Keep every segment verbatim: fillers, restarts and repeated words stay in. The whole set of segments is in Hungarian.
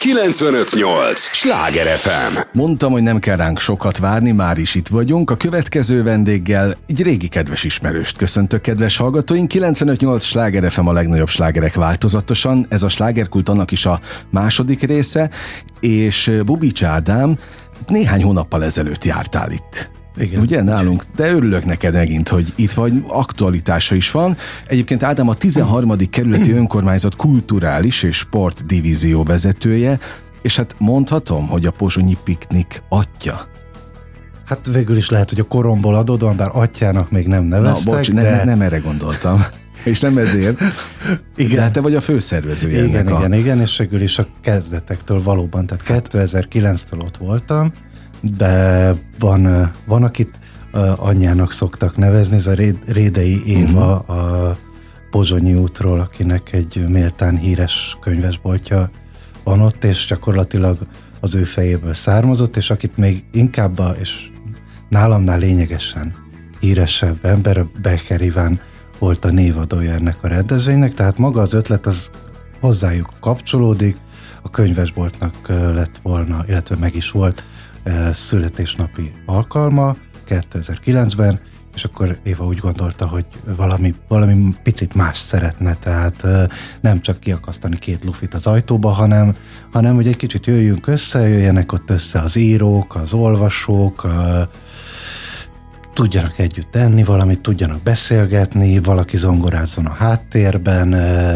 kilencvenöt nyolc Sláger ef em. Mondtam, hogy nem kell ránk sokat várni, már is itt vagyunk. A következő vendéggel egy régi kedves ismerőst köszöntök, kedves hallgatóink. kilencvenöt nyolc Sláger ef em, a legnagyobb slágerek változatosan. Ez a Slágerkult annak is a második része, és Bubics Ádám, néhány hónappal ezelőtt jártál itt. Igen. Ugye nálunk, de örülök neked megint, hogy itt vagy, aktualitása is van. Egyébként Ádám a tizenharmadik kerületi önkormányzat kulturális és sport divízió vezetője, és hát mondhatom, hogy a pozsonyi piknik atya. Hát végül is lehet, hogy a koromból adódóan, bár atyának még nem neveztek. Na, bocs, de... ne, nem erre gondoltam. És nem ezért. Igen. De hát te vagy a főszervezője. Igen, ennek igen, a... igen, és végül is a kezdetektől valóban, tehát kétezer-kilenctől ott voltam, de van, van akit uh, anyjának szoktak nevezni, ez a Rédei Éva uh-huh. a Pozsonyi útról, akinek egy méltán híres könyvesboltja van ott, és gyakorlatilag az ő fejéből származott, és akit még inkább, a, és nálamnál lényegesen híresebb ember, Becker Iván volt a névadója ennek a rendezvénynek, tehát maga az ötlet az hozzájuk kapcsolódik, a könyvesboltnak lett volna, illetve meg is volt születésnapi alkalma kétezer-kilencben, és akkor Éva úgy gondolta, hogy valami, valami picit más szeretne, tehát nem csak kiakasztani két lufit az ajtóba, hanem, hanem hogy egy kicsit jöjjünk össze, jöjjenek ott össze az írók, az olvasók, a, tudjanak együtt enni valamit, tudjanak beszélgetni, valaki zongorázzon a háttérben,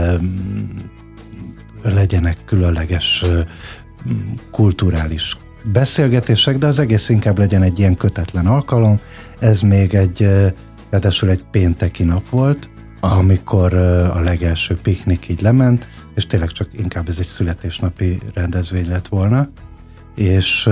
legyenek különleges kulturális beszélgetések, de az egész inkább legyen egy ilyen kötetlen alkalom. Ez még egy, ráadásul egy pénteki nap volt, aha. amikor a legelső piknik így lement, és tényleg csak inkább ez egy születésnapi rendezvény lett volna, és,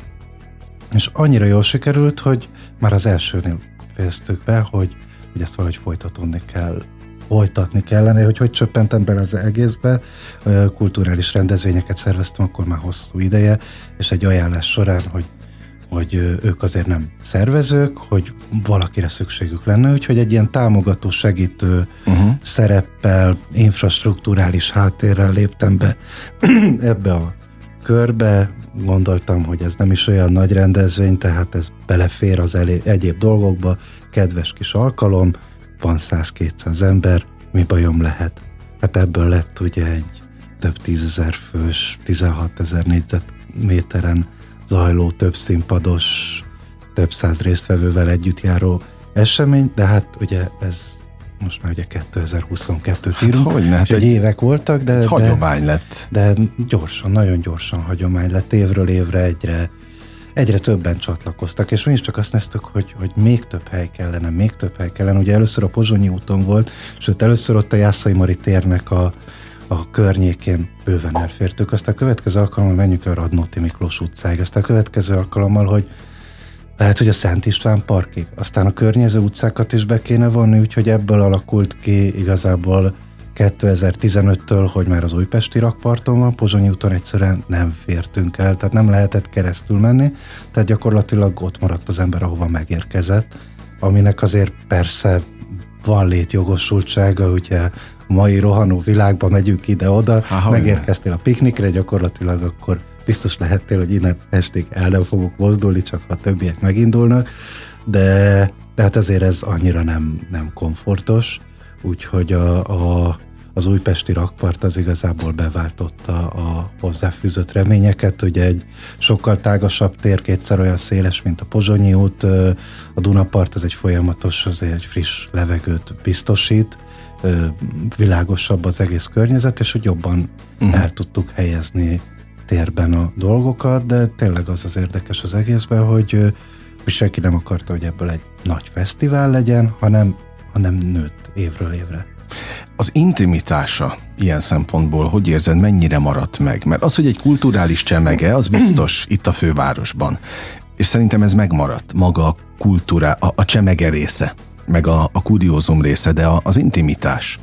és annyira jól sikerült, hogy már az elsőnél fejeztük be, hogy, hogy ezt valahogy folytatódni kell, folytatni kellene, hogy hogy csöppentem bele az egészbe. Kulturális rendezvényeket szerveztem akkor már hosszú ideje, és egy ajánlás során, hogy, hogy ők azért nem szervezők, hogy valakire szükségük lenne, úgyhogy egy ilyen támogató, segítő uh-huh. szereppel, infrastrukturális háttérrel léptem be ebbe a körbe. Gondoltam, hogy ez nem is olyan nagy rendezvény, tehát ez belefér az elé, egyéb dolgokba, kedves kis alkalom, van száz-kétszáz ember, mi bajom lehet? Hát ebből lett ugye egy több tízezer fős, tizenhatezer négyzetméteren zajló, több színpados, több száz résztvevővel együtt járó esemény, de hát ugye ez most már ugye kétezer-huszonkettőt írunk, hát, hát egy évek voltak, de, de hagyomány lett. De gyorsan, nagyon gyorsan hagyomány lett, évről évre egyre egyre többen csatlakoztak, és mi is csak azt néztük, hogy, hogy még több hely kellene, még több hely kellene. Ugye először a Pozsonyi úton volt, sőt először ott a Jászai Mari térnek a, a környékén bőven elfértük. Aztán a következő alkalommal menjünk a Radnóti Miklós utcáig, aztán a következő alkalommal, hogy lehet, hogy a Szent István parkig, aztán a környező utcákat is be kéne vonni, úgyhogy ebből alakult ki igazából kétezer-tizenöttől, hogy már az újpesti rakparton van, Pozsonyi úton egyszerűen nem fértünk el, tehát nem lehetett keresztül menni, tehát gyakorlatilag ott maradt az ember, ahova megérkezett, aminek azért persze van létjogosultsága, ugye a mai rohanó világban megyünk ide-oda, aha, megérkeztél a piknikre, gyakorlatilag akkor biztos lehettél, hogy innen estig el nem fogok mozdulni, csak ha a többiek megindulnak, de, de hát azért ez annyira nem, nem komfortos, úgyhogy a, a, az újpesti rakpart az igazából beváltotta a hozzáfűzött reményeket, ugye egy sokkal tágasabb tér, kétszer olyan széles, mint a Pozsonyi út, a Dunapart az egy folyamatos, azért egy friss levegőt biztosít, világosabb az egész környezet, és hogy jobban uh-huh. el tudtuk helyezni térben a dolgokat, de tényleg az az érdekes az egészben, hogy senki nem akarta, hogy ebből egy nagy fesztivál legyen, hanem hanem nőtt évről évre. Az intimitása ilyen szempontból, hogy érzed, mennyire maradt meg? Mert az, hogy egy kulturális csemege, az biztos itt a fővárosban. És szerintem ez megmaradt, maga a kultúra, a, a csemege része, meg a, a kuriózum része, de a, az intimitás.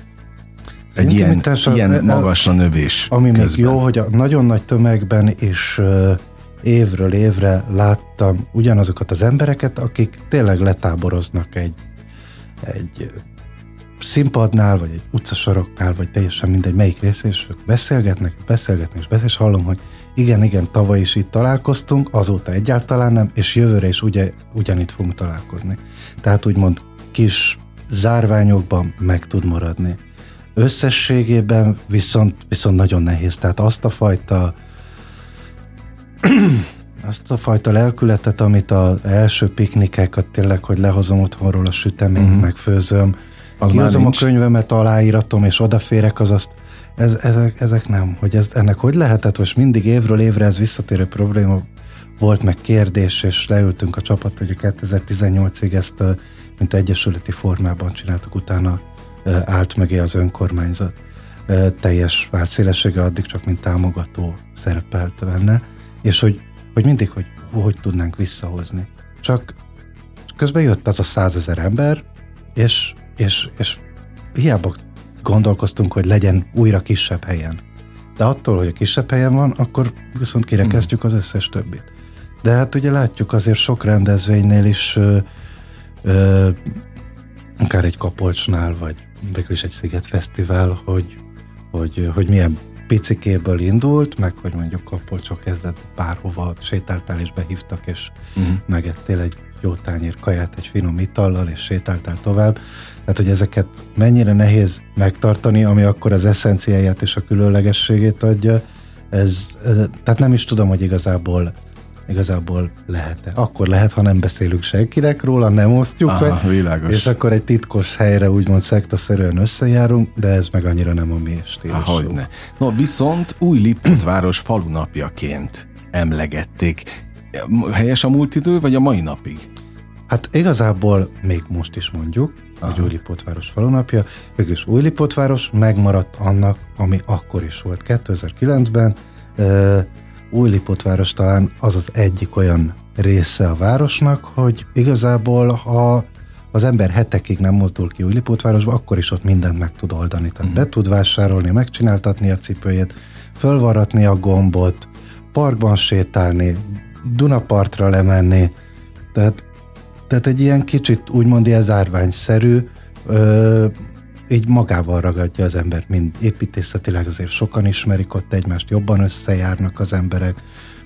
Egy ilyen, ilyen magasra növés. Ami közben. Még jó, hogy a nagyon nagy tömegben és uh, évről évre láttam ugyanazokat az embereket, akik tényleg letáboroznak egy egy színpadnál, vagy egy utcasaroknál, vagy teljesen mindegy melyik rész, és ők beszélgetnek, beszélgetnek, és beszélgetnek, és hallom, hogy igen, igen, tavaly is itt találkoztunk, azóta egyáltalán nem, és jövőre is ugye, ugyanitt fogunk találkozni. Tehát úgymond kis zárványokban meg tud maradni. Összességében viszont, viszont nagyon nehéz. Tehát azt a fajta azt a fajta lelkületet, amit az első piknikeket tényleg, hogy lehozom otthonról a süteményt, uh-huh. megfőzöm, kihozom a könyvemet, aláíratom, és odaférek, az azt, ez, ezek, ezek nem. Hogy ez, ennek hogy lehetett, most mindig évről évre ez visszatérő probléma volt, meg kérdés, és leültünk a csapat, hogy a kétezer-tizennyolcig ezt mint egyesületi formában csináltuk, utána állt mögé az önkormányzat. Teljes vált szélességgel, addig csak mint támogató szerepelt benne, és hogy, hogy mindig, hogy hogy tudnánk visszahozni. Csak közben jött az a százezer ember, és, és, és hiába gondolkoztunk, hogy legyen újra kisebb helyen. De attól, hogy a kisebb helyen van, akkor viszont kirekeztjük az összes többit. De hát ugye látjuk azért sok rendezvénynél is ö, ö, akár egy Kapolcsnál, vagy végül is egy Szigetfesztivál, hogy, hogy, hogy milyen picikéből indult, meg hogy mondjuk Kapolcsok kezdett bárhova, sétáltál és behívtak, és uh-huh. megettél egy jó tányér kaját, egy finom itallal, és sétáltál tovább. Tehát, hogy ezeket mennyire nehéz megtartani, ami akkor az eszenciáját és a különlegességét adja, ez, ez, tehát nem is tudom, hogy igazából igazából lehet-e. Akkor lehet, ha nem beszélünk senkinek róla, nem osztjuk Aha, meg, világos. És akkor egy titkos helyre úgymond szektaszerűen összejárunk, de ez meg annyira nem a mi stílusunk. Hogyne. No, viszont Új-Lipótváros falunapjaként emlegették. Helyes a múlt idő, vagy a mai napig? Hát igazából még most is mondjuk, Aha. hogy Új-Lipótváros falunapja, végülis Új-Lipótváros megmaradt annak, ami akkor is volt. kétezer-kilencben uh, Új-Lipótváros talán az az egyik olyan része a városnak, hogy igazából ha az ember hetekig nem mozdul ki Új-Lipótvárosba, akkor is ott mindent meg tud oldani. Tehát uh-huh. be tud vásárolni, megcsináltatni a cipőjét, fölvarratni a gombot, parkban sétálni, Dunapartra lemenni. Tehát, tehát egy ilyen kicsit úgymond ilyen zárványszerű, ö, így magával ragadja az embert, mind építészetileg azért sokan ismerik ott egymást, jobban összejárnak az emberek,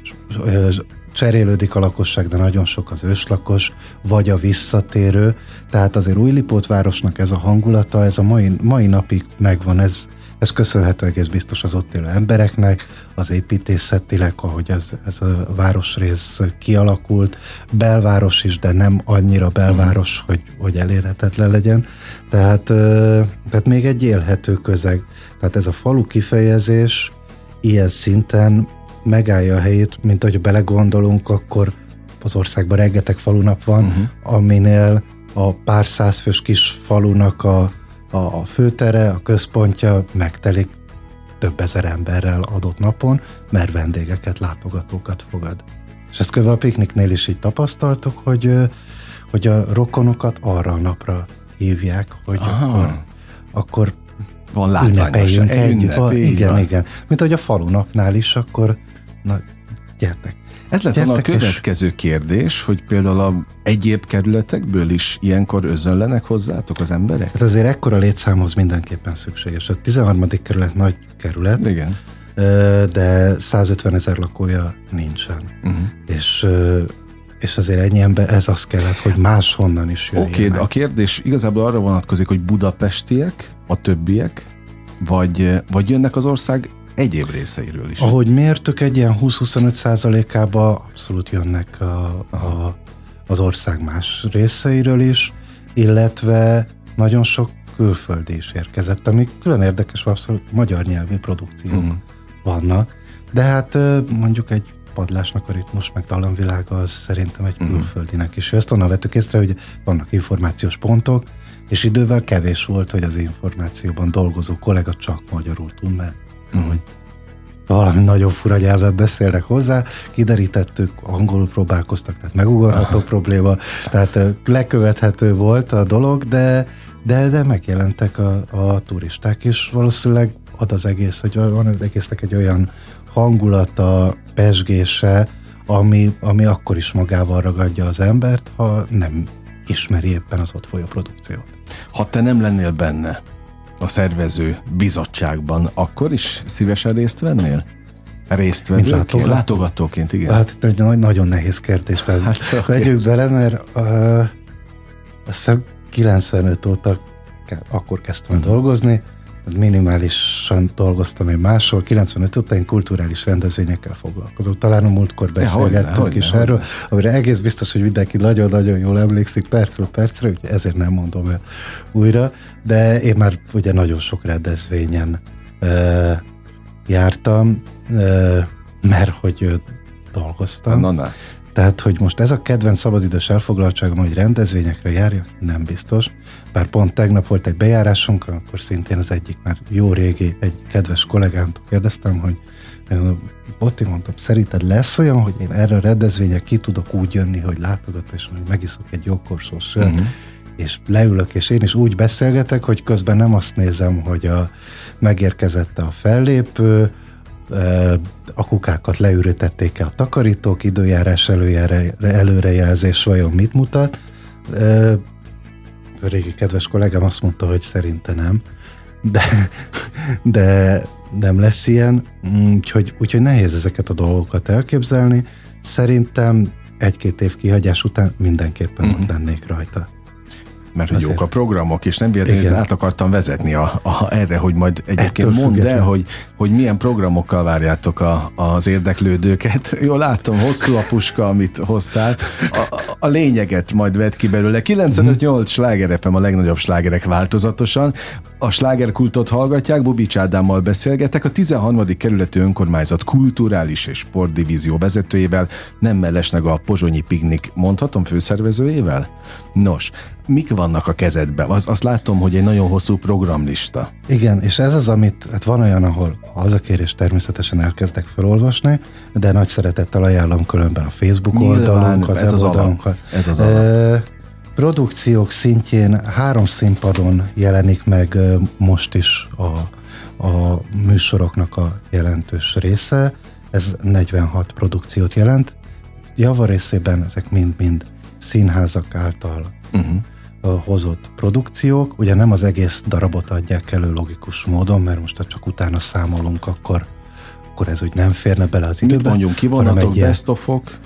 cserélődik a lakosság, de nagyon sok az őslakos, vagy a visszatérő, tehát azért Új-Lipótvárosnak ez a hangulata, ez a mai, mai napig megvan, ez, ez köszönhető egész biztos az ott élő embereknek, az építészetileg, ahogy ez, ez a városrész kialakult, belváros is, de nem annyira belváros, hogy, hogy elérhetetlen legyen. Tehát, tehát még egy élhető közeg. Tehát ez a falu kifejezés ilyen szinten megállja a helyét, mint ahogy belegondolunk, akkor az országban rengeteg falunap van, uh-huh. aminél a pár százfős kis falunak a a főtere, a központja megtelik több ezer emberrel adott napon, mert vendégeket, látogatókat fogad. És ezt közben a pikniknél is így tapasztaltuk, hogy, hogy a rokonokat arra a napra hívják, hogy Aha. akkor, akkor van ünnepeljünk együtt. Ünnep, igen, van. igen. Mint ahogy a falunapnál is, akkor na, gyertek. Ez lett volna a következő kérdés, hogy például a egyéb kerületekből is ilyenkor özönlenek hozzátok az emberek? Hát azért ekkora létszámhoz mindenképpen szükséges. A tizenharmadik kerület nagy kerület, igen. de százötven ezer lakója nincsen. Uh-huh. És, és azért ennyi ember, ez az kellett, hogy máshonnan is jöjjön. Oké, okay, a kérdés igazából arra vonatkozik, hogy budapestiek, a többiek, vagy, vagy jönnek az ország egyéb részeiről is. Ahogy mértük, egy ilyen húsz-huszonöt százalékába abszolút jönnek a, a, az ország más részeiről is, illetve nagyon sok külföldi is érkezett, ami külön érdekes, abszolút magyar nyelvű produkciók mm. vannak, de hát mondjuk egy padlásnak a ritmus, meg dallamvilága az szerintem egy mm. külföldinek is. Ezt onnan vettük észre, hogy vannak információs pontok, és idővel kevés volt, hogy az információban dolgozó kollega csak magyarul tud, mert Mm. hogy valami nagyon fura nyelven beszélnek hozzá, kiderítettük, angolul próbálkoztak, tehát megugorható Aha. probléma, tehát lekövethető volt a dolog, de, de, de megjelentek a, a turisták is. Valószínűleg ad az egész, hogy van az egésznek egy olyan hangulata, pezsgése, ami, ami akkor is magával ragadja az embert, ha nem ismeri éppen az ott folyó produkciót. Ha te nem lennél benne a szervező bizottságban, akkor is szívesen részt vennél? Részt vennél? Látogató? Látogatóként, igen. Hát egy nagyon nehéz kérdés. Hát, vegyük bele, mert uh, azt hiszem kilencvenöt óta akkor kezdtem uh-huh. dolgozni, minimálisan dolgoztam én máshol, kilencvenöt óta én kulturális rendezvényekkel foglalkozom. Talán a múltkor beszélgettünk is erről, hogyne. Amire egész biztos, hogy mindenki nagyon-nagyon jól emlékszik percről percre, úgyhogy ezért nem mondom el újra, de én már ugye nagyon sok rendezvényen uh, jártam, uh, mert hogy dolgoztam. Na, na. Tehát, hogy most ez a kedvenc szabadidős elfoglaltságom, hogy rendezvényekre járjak, nem biztos. Bár pont tegnap volt egy bejárásunk, akkor szintén az egyik már jó régi, egy kedves kollégámtól kérdeztem, hogy Botti, mondtam, szerinted lesz olyan, hogy én erre a rendezvényre ki tudok úgy jönni, hogy látogatom, és megiszok egy jókorsós sört, uh-huh. és leülök, és én is úgy beszélgetek, hogy közben nem azt nézem, hogy a megérkezett a fellépő, a kukákat leürítették-e a takarítók, időjárás előjára, előrejelzés vajon mit mutat. A régi kedves kollégám azt mondta, hogy szerinte nem, de, de nem lesz ilyen, úgyhogy, úgyhogy nehéz ezeket a dolgokat elképzelni. Szerintem egy-két év kihagyás után mindenképpen mm-hmm. ott lennék rajta. Mert hogy jók a programok, és nem véletlenül át akartam vezetni a, a, erre, hogy majd egyébként mondd el, hogy, hogy milyen programokkal várjátok a, az érdeklődőket. Jól látom, hosszú a puska, amit hoztál. A, a lényeget majd vedd ki belőle. kilencvenöt nyolc Sláger ef em, a legnagyobb slágerek változatosan. A slágerkultot hallgatják, Bubics Ádámmal beszélgetek, a tizenharmadik kerületi önkormányzat kulturális és sportdivízió vezetőjével, nem mellesleg a Pozsonyi Piknik, mondhatom, főszervezőjével? Nos, mik vannak a kezedben? Az, azt látom, hogy egy nagyon hosszú programlista. Igen, és ez az, amit, hát van olyan, ahol az a kérés természetesen elkezdek felolvasni, de nagy szeretettel ajánlom különben a Facebook oldalunkat, ez az oldalunkat. Ez az alap. E, produkciók szintjén három színpadon jelenik meg most is a, a műsoroknak a jelentős része. Ez negyvenhat produkciót jelent. Javarészében ezek mind-mind színházak által uh-huh. hozott produkciók. Ugye nem az egész darabot adják elő logikus módon, mert most ha csak utána számolunk, akkor, akkor ez úgy nem férne bele az időben. Mit mondjunk, kivonatok, best of-ok?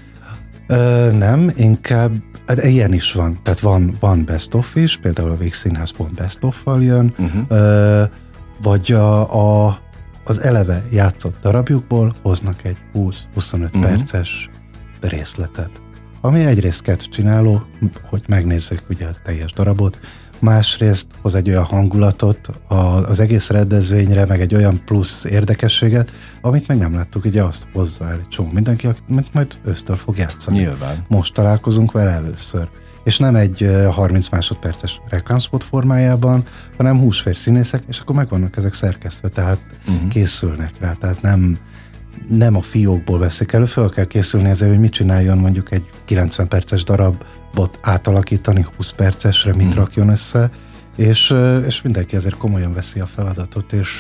Ö, nem, inkább hát ilyen is van. Tehát van, van best of is, például a Végszínház pont best of-val jön, uh-huh. ö, vagy a, a, az eleve játszott darabjukból hoznak egy húsz-huszonöt uh-huh. perces részletet. Ami egyrészt kedv csináló, hogy megnézzük ugye a teljes darabot, másrészt hoz egy olyan hangulatot az egész rendezvényre, meg egy olyan plusz érdekességet, amit meg nem láttuk, ugye azt hozza el egy csomó mindenki, akit majd ősztől fog játszani. Nyilván. Most találkozunk vele először. És nem egy harminc másodperces reklámspot formájában, hanem húsvér színészek, és akkor meg vannak ezek szerkesztve, tehát uh-huh. készülnek rá, tehát nem nem a fiókból veszik elő, fel kell készülni ezért, hogy mit csináljon mondjuk egy kilencven perces darabot átalakítani húsz percesre, mit hmm. rakjon össze, és, és mindenki ezért komolyan veszi a feladatot, és,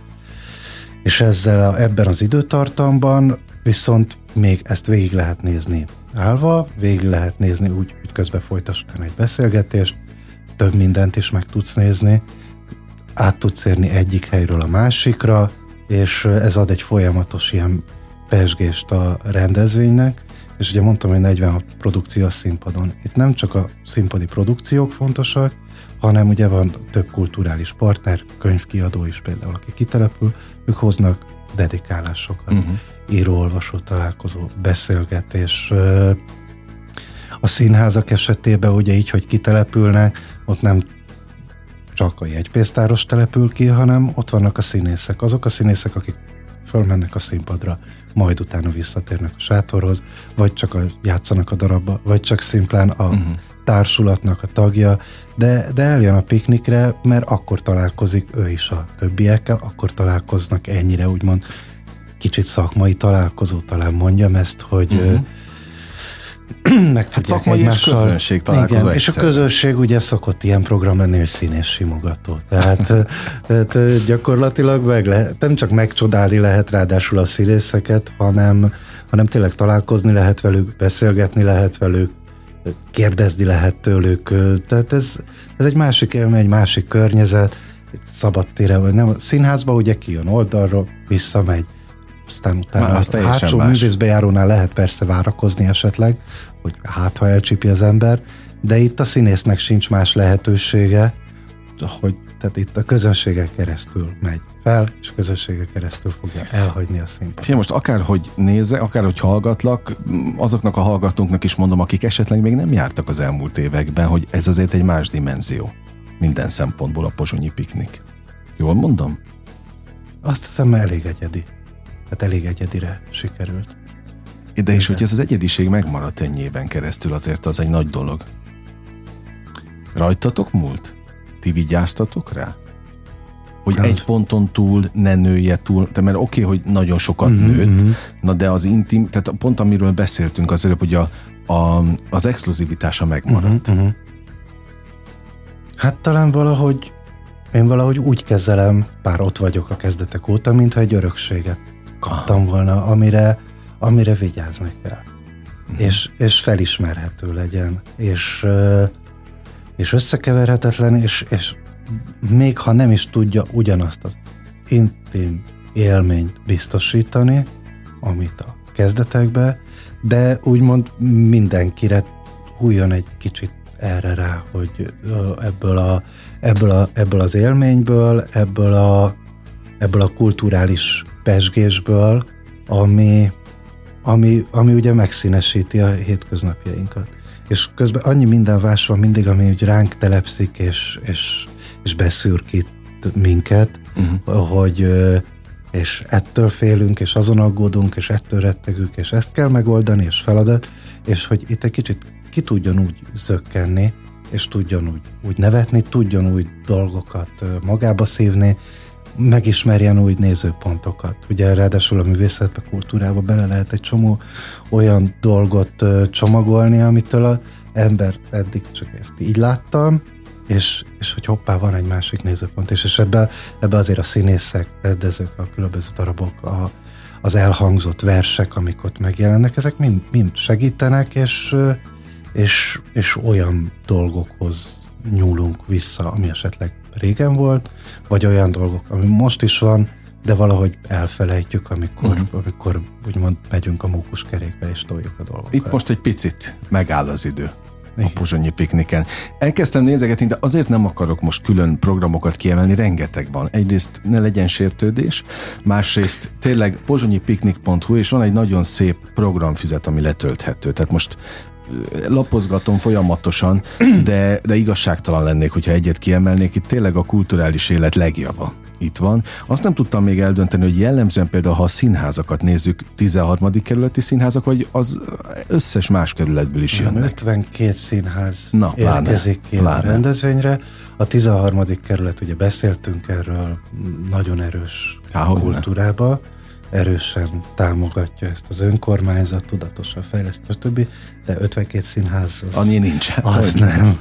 és ezzel a, ebben az időtartamban viszont még ezt végig lehet nézni állva, végig lehet nézni úgy, hogy közben folytassuk egy beszélgetést, több mindent is meg tudsz nézni, át tudsz érni egyik helyről a másikra, és ez ad egy folyamatos ilyen pezsgést a rendezvénynek, és ugye mondtam, hogy negyvenhat produkció a színpadon. Itt nem csak a színpadi produkciók fontosak, hanem ugye van több kulturális partner, könyvkiadó is például, aki kitelepül, ők hoznak dedikálásokat, uh-huh. író-olvasó találkozó, beszélgetés. A színházak esetében ugye így, hogy kitelepülnek, ott nem csak a jegypénztáros települ ki, hanem ott vannak a színészek. Azok a színészek, akik fölmennek a színpadra, majd utána visszatérnek a sátorhoz, vagy csak a, játszanak a darabba, vagy csak szimplán a uh-huh. társulatnak a tagja, de, de eljön a piknikre, mert akkor találkozik ő is a többiekkel, akkor találkoznak ennyire, úgymond kicsit szakmai találkozó, talán mondjam ezt, hogy uh-huh. meg hát szakmai egymással, és közönség találkozó. Igen, és a közönség ugye szokott ilyen program lenni, hogy színész simogató. Tehát, tehát gyakorlatilag meg lehet, nem csak megcsodálni lehet ráadásul a színészeket, hanem, hanem tényleg találkozni lehet velük, beszélgetni lehet velük, kérdezni lehet tőlük, tehát ez, ez egy másik élmény, egy másik környezet, szabadtére, vagy nem, a színházba ugye kijön oldalról, visszamegy, aztán utána Már a hátsó művészbejárónál lehet persze várakozni esetleg, hogy hát ha elcsípi az ember, de itt a színésznek sincs más lehetősége, hogy tehát itt a közönségen keresztül megy fel, és a közönségen keresztül fogja elhagyni a színpadot. Most akárhogy nézze, akárhogy hallgatlak, azoknak a hallgatóknak is mondom, akik esetleg még nem jártak az elmúlt években, hogy ez azért egy más dimenzió. Minden szempontból a pozsonyi piknik. Jól mondom? Azt hiszem, elég egyedi. Hát elég egyedire sikerült. De és hogy ez az egyediség megmaradt ennyi éven keresztül, azért az egy nagy dolog. Rajtatok múlt? Ti vigyáztatok rá? Hogy az... egy ponton túl ne nője túl, de mert oké, okay, hogy nagyon sokat mm-hmm. nőtt, na de az intim, tehát pont amiről beszéltünk az előbb, hogy a, a, az exkluzivitása megmaradt. Mm-hmm. Hát talán valahogy én valahogy úgy kezelem, bár ott vagyok a kezdetek óta, mintha egy örökséget kaptam ah. volna, amire, amire vigyázni kell. Mm-hmm. És, és felismerhető legyen, és, és összekeverhetetlen, és, és még ha nem is tudja ugyanazt az intim élményt biztosítani, amit a kezdetekben, de úgymond mindenkire hújjon egy kicsit erre rá, hogy ebből, a, ebből, a, ebből az élményből, ebből a, ebből a kulturális pezsgésből, ami, ami, ami ugye megszínesíti a hétköznapjainkat. És közben annyi minden vás van mindig, ami úgy ránk telepszik, és, és, és beszürkít minket, uh-huh. hogy és ettől félünk, és azon aggódunk, és ettől rettegünk, és ezt kell megoldani, és feladat, és hogy itt egy kicsit ki tudjon úgy zökkenni, és tudjon úgy, úgy nevetni, tudjon úgy dolgokat magába szívni, megismerjen új nézőpontokat. Ugye ráadásul a művészetbe, kultúrába bele lehet egy csomó olyan dolgot csomagolni, amitől az ember eddig csak ezt így láttam, és, és hogy hoppá, van egy másik nézőpont, és, és ebbe, ebbe azért a színészek, rendezők, a különböző darabok, a, az elhangzott versek, amik ott megjelennek, ezek mind, mind segítenek, és, és, és olyan dolgokhoz nyúlunk vissza, ami esetleg régen volt, vagy olyan dolgok, ami most is van, de valahogy elfelejtjük, amikor, uh-huh. amikor úgymond megyünk a mókuskerékbe és toljuk a dolgokat. Itt most egy picit megáll az idő. Igen. A pozsonyi pikniken. Elkezdtem nézegetni, de azért nem akarok most külön programokat kiemelni, rengeteg van. Egyrészt ne legyen sértődés, másrészt tényleg pozsonyipiknik pont hu, és van egy nagyon szép programfüzet, ami letölthető. Tehát most lapozgatom folyamatosan, de, de igazságtalan lennék, hogyha egyet kiemelnék. Itt tényleg a kulturális élet legjava itt van. Azt nem tudtam még eldönteni, hogy jellemzően például, ha a színházakat nézzük, tizenharmadik kerületi színházak, vagy az összes más kerületből is jönnek. ötvenkét színház Na, érkezik ki a rendezvényre. A tizenharmadik kerület, ugye beszéltünk erről, nagyon erős Há, kultúrába, erősen támogatja ezt az önkormányzat, tudatosan fejlesztő, stb. De ötvenkét színház... Az, annyi nincs. Az nem.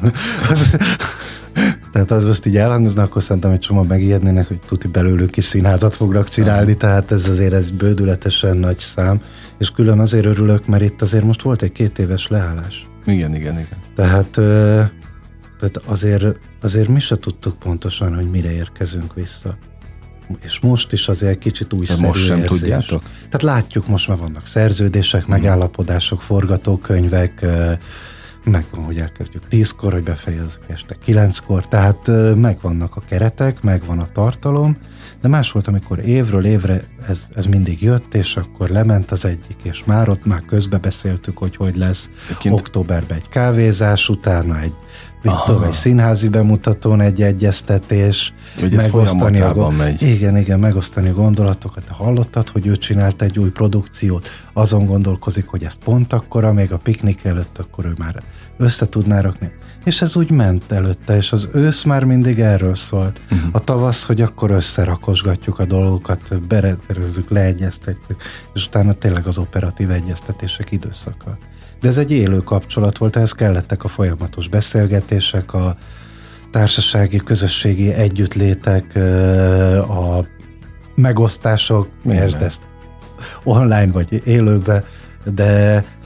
Tehát az most így elhangozna, akkor szerintem egy csomó megijednének, hogy tuti belőlük is színházat fognak csinálni, tehát ez azért ez bődületesen nagy szám, és külön azért örülök, mert itt azért most volt egy két éves leállás. Igen, igen, igen. Tehát, tehát azért, azért mi se tudtuk pontosan, hogy mire érkezünk vissza. És most is azért kicsit újszerű most sem érzés. Tudjátok? Tehát látjuk, most már vannak szerződések, hmm. megállapodások, forgatókönyvek, megvan, hogy elkezdjük tízkor, hogy befejezzük este kilenckor, tehát megvannak a keretek, megvan a tartalom, de más volt, amikor évről évre ez, ez mindig jött, és akkor lement az egyik, és már ott már közbe beszéltük, hogy hogy lesz Kint... októberben egy kávézás, utána egy Tudom, egy színházi bemutatón egy egyeztetés, hogy megosztani a gond... megy. Igen, igen, megosztani a gondolatokat. Hallottad, hogy ő csinált egy új produkciót, azon gondolkozik, hogy ezt pont akkora, még a piknik előtt, akkor ő már össze tudná rakni. És ez úgy ment előtte, és az ősz már mindig erről szólt. Uh-huh. A tavasz, hogy akkor összerakosgatjuk a dolgokat, bereterezzük, leegyeztetjük, és utána tényleg az operatív egyeztetések időszaka. De ez egy élő kapcsolat volt, ehhez kellettek a folyamatos beszélgetések, a társasági, közösségi együttlétek, a megosztások, értsd ezt online vagy élőbe, de,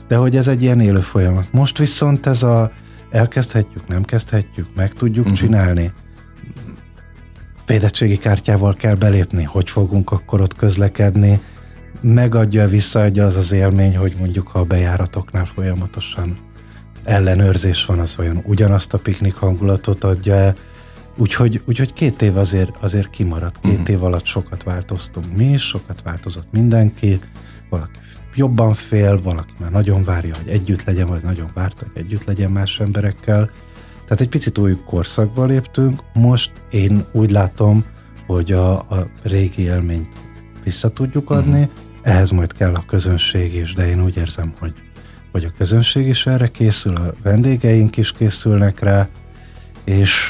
de hogy ez egy ilyen élő folyamat. Most viszont ez a elkezdhetjük, nem kezdhetjük, meg tudjuk uh-huh. csinálni. Védettségi kártyával kell belépni, hogy fogunk akkor ott közlekedni, megadja, visszaadja az az élmény, hogy mondjuk ha a bejáratoknál folyamatosan ellenőrzés van, az olyan ugyanazt a piknik hangulatot adja, úgyhogy, úgyhogy két év azért, azért kimaradt. Két uh-huh. év alatt sokat változtunk mi is, sokat változott mindenki, valaki jobban fél, valaki már nagyon várja, hogy együtt legyen, vagy nagyon várta, hogy együtt legyen más emberekkel. Tehát egy picit új korszakba léptünk. Most én úgy látom, hogy a, a régi élményt vissza tudjuk adni, uh-huh. ehhez majd kell a közönség is, de én úgy érzem, hogy, hogy a közönség is erre készül, a vendégeink is készülnek rá, és,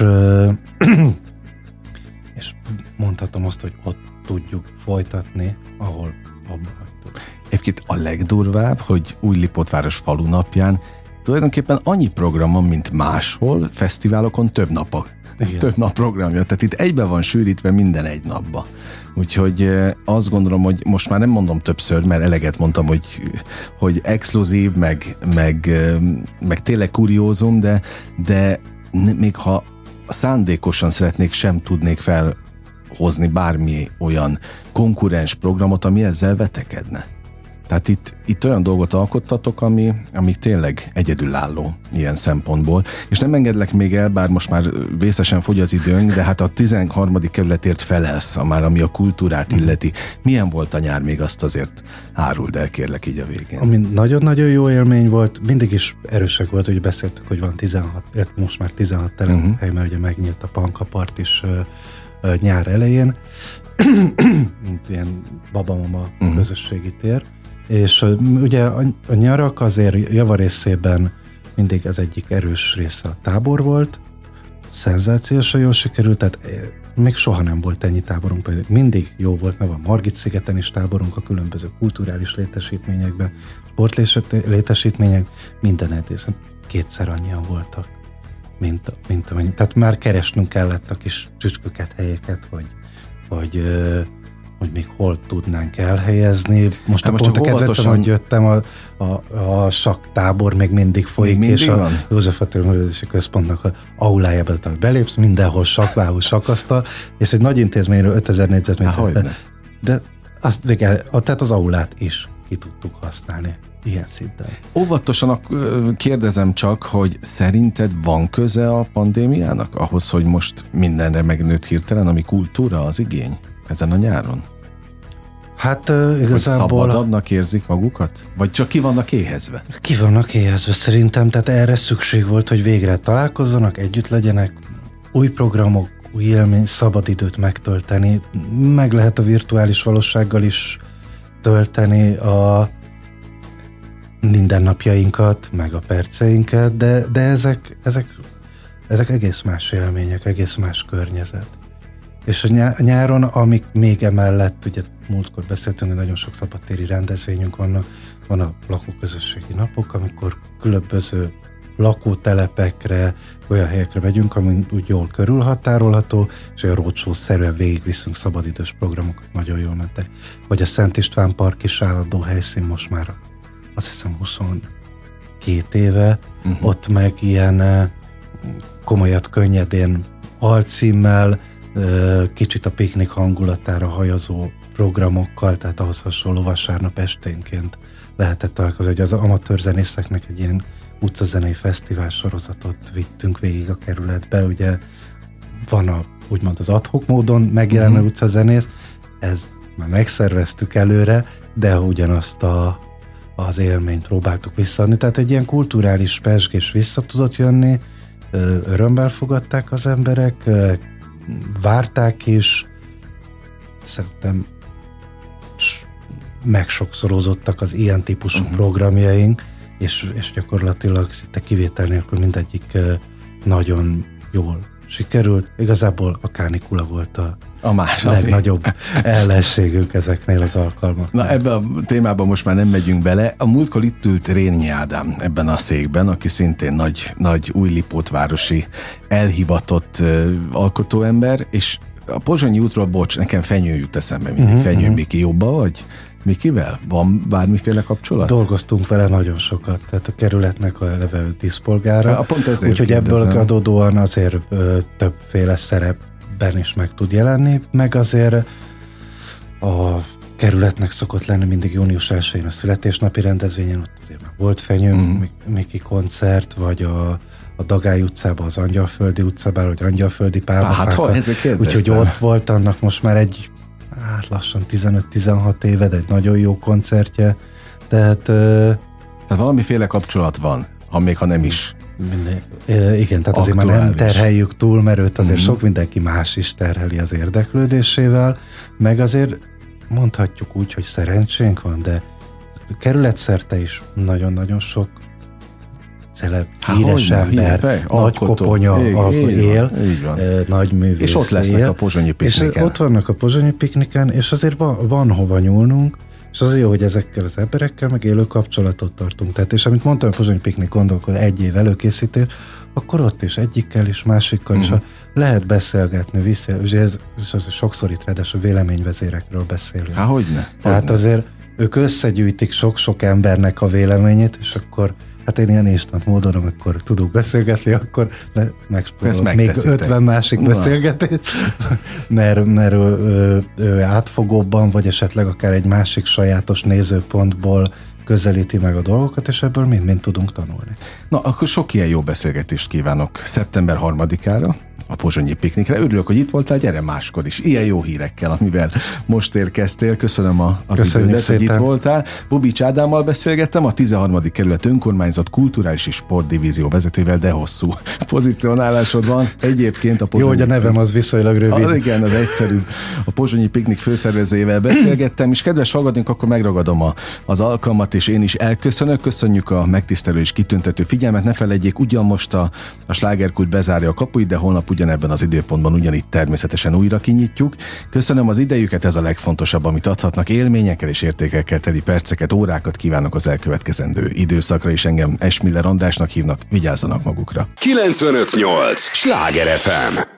és mondhatom azt, hogy ott tudjuk folytatni, ahol abba hagytuk. Egyébként a legdurvább, hogy Újlipótváros falunapján tulajdonképpen annyi program van, mint máshol, fesztiválokon több napok. Igen. Több nap programja, tehát itt egybe van sűrítve minden egy napba. Úgyhogy azt gondolom, hogy most már nem mondom többször, mert eleget mondtam, hogy, hogy exkluzív, meg, meg, meg tényleg kuriózum, de, de még ha szándékosan szeretnék, sem tudnék felhozni bármi olyan konkurens programot, ami ezzel vetekedne. Tehát itt, itt olyan dolgot alkottatok, ami, ami tényleg egyedülálló ilyen szempontból. És nem engedlek még el, bár most már vészesen fogy az időnk, de hát a tizenharmadik kerületért felelsz, a már ami a kultúrát illeti. Milyen volt a nyár, még azt azért áruld el, kérlek így a végén. Ami nagyon-nagyon jó élmény volt, mindig is erősek volt, hogy beszéltük, hogy van tizenhat, most már tizenhat telephely, uh-huh. mert ugye megnyílt a Pankapart is uh, uh, nyár elején, mint ilyen babamama uh-huh. közösségi tér. És ugye a, a nyarak azért javarészében mindig az egyik erős része a tábor volt, szenzációsan jól sikerült, tehát még soha nem volt ennyi táborunk, mindig jó volt, mert van Margit-szigeten is táborunk, a különböző kulturális létesítményekben, sportlétesítmények, minden egészen kétszer annyian voltak, mint, mint amennyi. Tehát már keresnünk kellett a kis csücsköket, helyeket, hogy, hogy hogy még hol tudnánk elhelyezni. Most hát a pont a kedvencem, hogy jöttem, a, a, a saktábor még mindig folyik, még mindig és van? A József Attila Művelődési Központnak a aulájában belépsz, mindenhol sakváhú, sakasztal, és egy nagy intézményről ötezer négyzetméter. De, de azt végül, tehát az aulát is ki tudtuk használni ilyen szinten. Óvatosan kérdezem csak, hogy szerinted van köze a pandémiának ahhoz, hogy most mindenre megnőtt hirtelen, ami kultúra, az igény? Ezen a nyáron? Hát uh, igazából... Hogy szabadabbnak érzik magukat? Vagy csak ki vannak éhezve? Ki vannak éhezve szerintem, tehát erre szükség volt, hogy végre találkozzanak, együtt legyenek, új programok, új élmény, szabad időt megtölteni, meg lehet a virtuális valósággal is tölteni a mindennapjainkat, meg a perceinket, de, de ezek, ezek, ezek egész más élmények, egész más környezet. És a nyáron, amik még emellett, ugye múltkor beszéltünk, hogy nagyon sok szabadtéri rendezvényünk vannak, van a lakóközösségi napok, amikor különböző lakótelepekre, olyan helyekre megyünk, ami úgy jól körülhatárolható, és olyan roadshow-szerűen végigviszünk szabadidős programokat, nagyon jól mentek. Vagy a Szent István Park is állandó helyszín most már, azt hiszem huszonkét éve, uh-huh. ott meg ilyen komolyat könnyedén alcímmel, kicsit a piknik hangulatára hajazó programokkal, tehát ahhoz hasonló vasárnap esténként lehetett találkozni, hogy az amatőr zenészeknek egy ilyen utcazenei fesztivál sorozatot vittünk végig a kerületbe, ugye van a, úgymond az ad hoc módon megjelenő uh-huh. utcazenész, ez már megszerveztük előre, de ugyanazt a, az élményt próbáltuk visszaadni, tehát egy ilyen kulturális pezsgés vissza tudott jönni, örömmel fogadták az emberek, várták is, szerintem megsokszorozottak az ilyen típusú uh-huh. programjaink, és, és gyakorlatilag szinte kivétel nélkül mindegyik nagyon jól sikerült. Igazából a kánikula volt a, a más, legnagyobb ellenségünk ezeknél az alkalmaknál. Na ebben a témában most már nem megyünk bele. A múltkor itt ült Rényi Ádám ebben a székben, aki szintén nagy, nagy újlipótvárosi elhivatott uh, alkotóember, és a Pozsonyi útról, bocs, nekem Fenyő jut eszembe mindig. Uh-huh, Fenyő, uh-huh. Miki, jobban vagy? Mikivel? Van bármiféle kapcsolat? Dolgoztunk vele nagyon sokat, tehát a kerületnek a eleve díszpolgára. Úgyhogy ebből kérdezem. adódóan azért ö, többféle szerepben is meg tud jelenni, meg azért a kerületnek szokott lenni mindig június elsején a születésnapi rendezvényen, ott azért már volt Fenyő mm. Miki koncert, vagy a, a Dagály utcában, az Angyalföldi utcában, vagy Angyalföldi pálmafákat. Hát, úgyhogy ott volt annak most már egy hát lassan tizenöt-tizenhat éve, de egy nagyon jó koncertje. Tehát, tehát valamiféle kapcsolat van, ha még ha nem is. Minden, igen, tehát azért aktuális. Már nem terheljük túl, mert őt azért mm. sok mindenki más is terheli az érdeklődésével, meg azért mondhatjuk úgy, hogy szerencsénk van, de kerületszerte is nagyon-nagyon sok celeb, híres ember, nagy alkotó, koponya így, él, így van, így van. Nagy művész és ott lesznek él, a pozsonyi pikniken. És ott vannak a pozsonyi pikniken, és azért van, van hova nyúlnunk, és azért jó, hogy ezekkel az emberekkel meg élő kapcsolatot tartunk. Tehát, és amit mondtam, a pozsonyi piknik gondolkod egy év előkészítés, akkor ott is egyikkel is, másikkal mm. is lehet beszélgetni, vissza, és ez, ez sokszor itt ráadásul véleményvezérekről beszélünk. Há, hogyne. Tehát hogyne. azért ők összegyűjtik sok-sok embernek a véleményét, és akkor hát én ilyen instant módon, amikor tudok beszélgetni, akkor megspórolok még ötven másik Na. beszélgetés, mert, mert ő, ő, ő átfogóbban, vagy esetleg akár egy másik sajátos nézőpontból közelíti meg a dolgokat, és ebből mind-mind tudunk tanulni. Na, akkor sok ilyen jó beszélgetést kívánok szeptember harmadikára, a pozsonyi piknikre. Örülök, hogy itt voltál, gyere máskor is. Ilyen jó hírekkel, amivel most érkeztél. Köszönöm a, az Köszönjük idődet, szépen. hogy itt voltál. Bubics Ádámmal beszélgettem, a tizenharmadik kerület önkormányzat kulturális és sportdivízió vezetővel, de hosszú pozícionálásod van. Egyébként a pozsonyi... Jó, hogy a nevem az viszonylag rövid. Az, igen, az egyszerű. A pozsonyi piknik főszervezőjével beszélgettem, és kedves hallgatónk, akkor megragadom a, az alkalmat, és én is elköszönök. Köszönjük a megtisztelő és kitüntető figyelmet. Ne felejtjék, ugyan most a, a slágerkult bezárja a kapuit, de holnap ugyanebben az időpontban ugyanitt természetesen újra kinyitjuk. Köszönöm az idejüket, ez a legfontosabb, amit adhatnak. Élményekkel és értékekkel teli perceket, órákat kívánok az elkövetkezendő időszakra, és engem Esmiller Andrásnak hívnak, vigyázzanak magukra. kilencvenöt nyolc Sláger ef em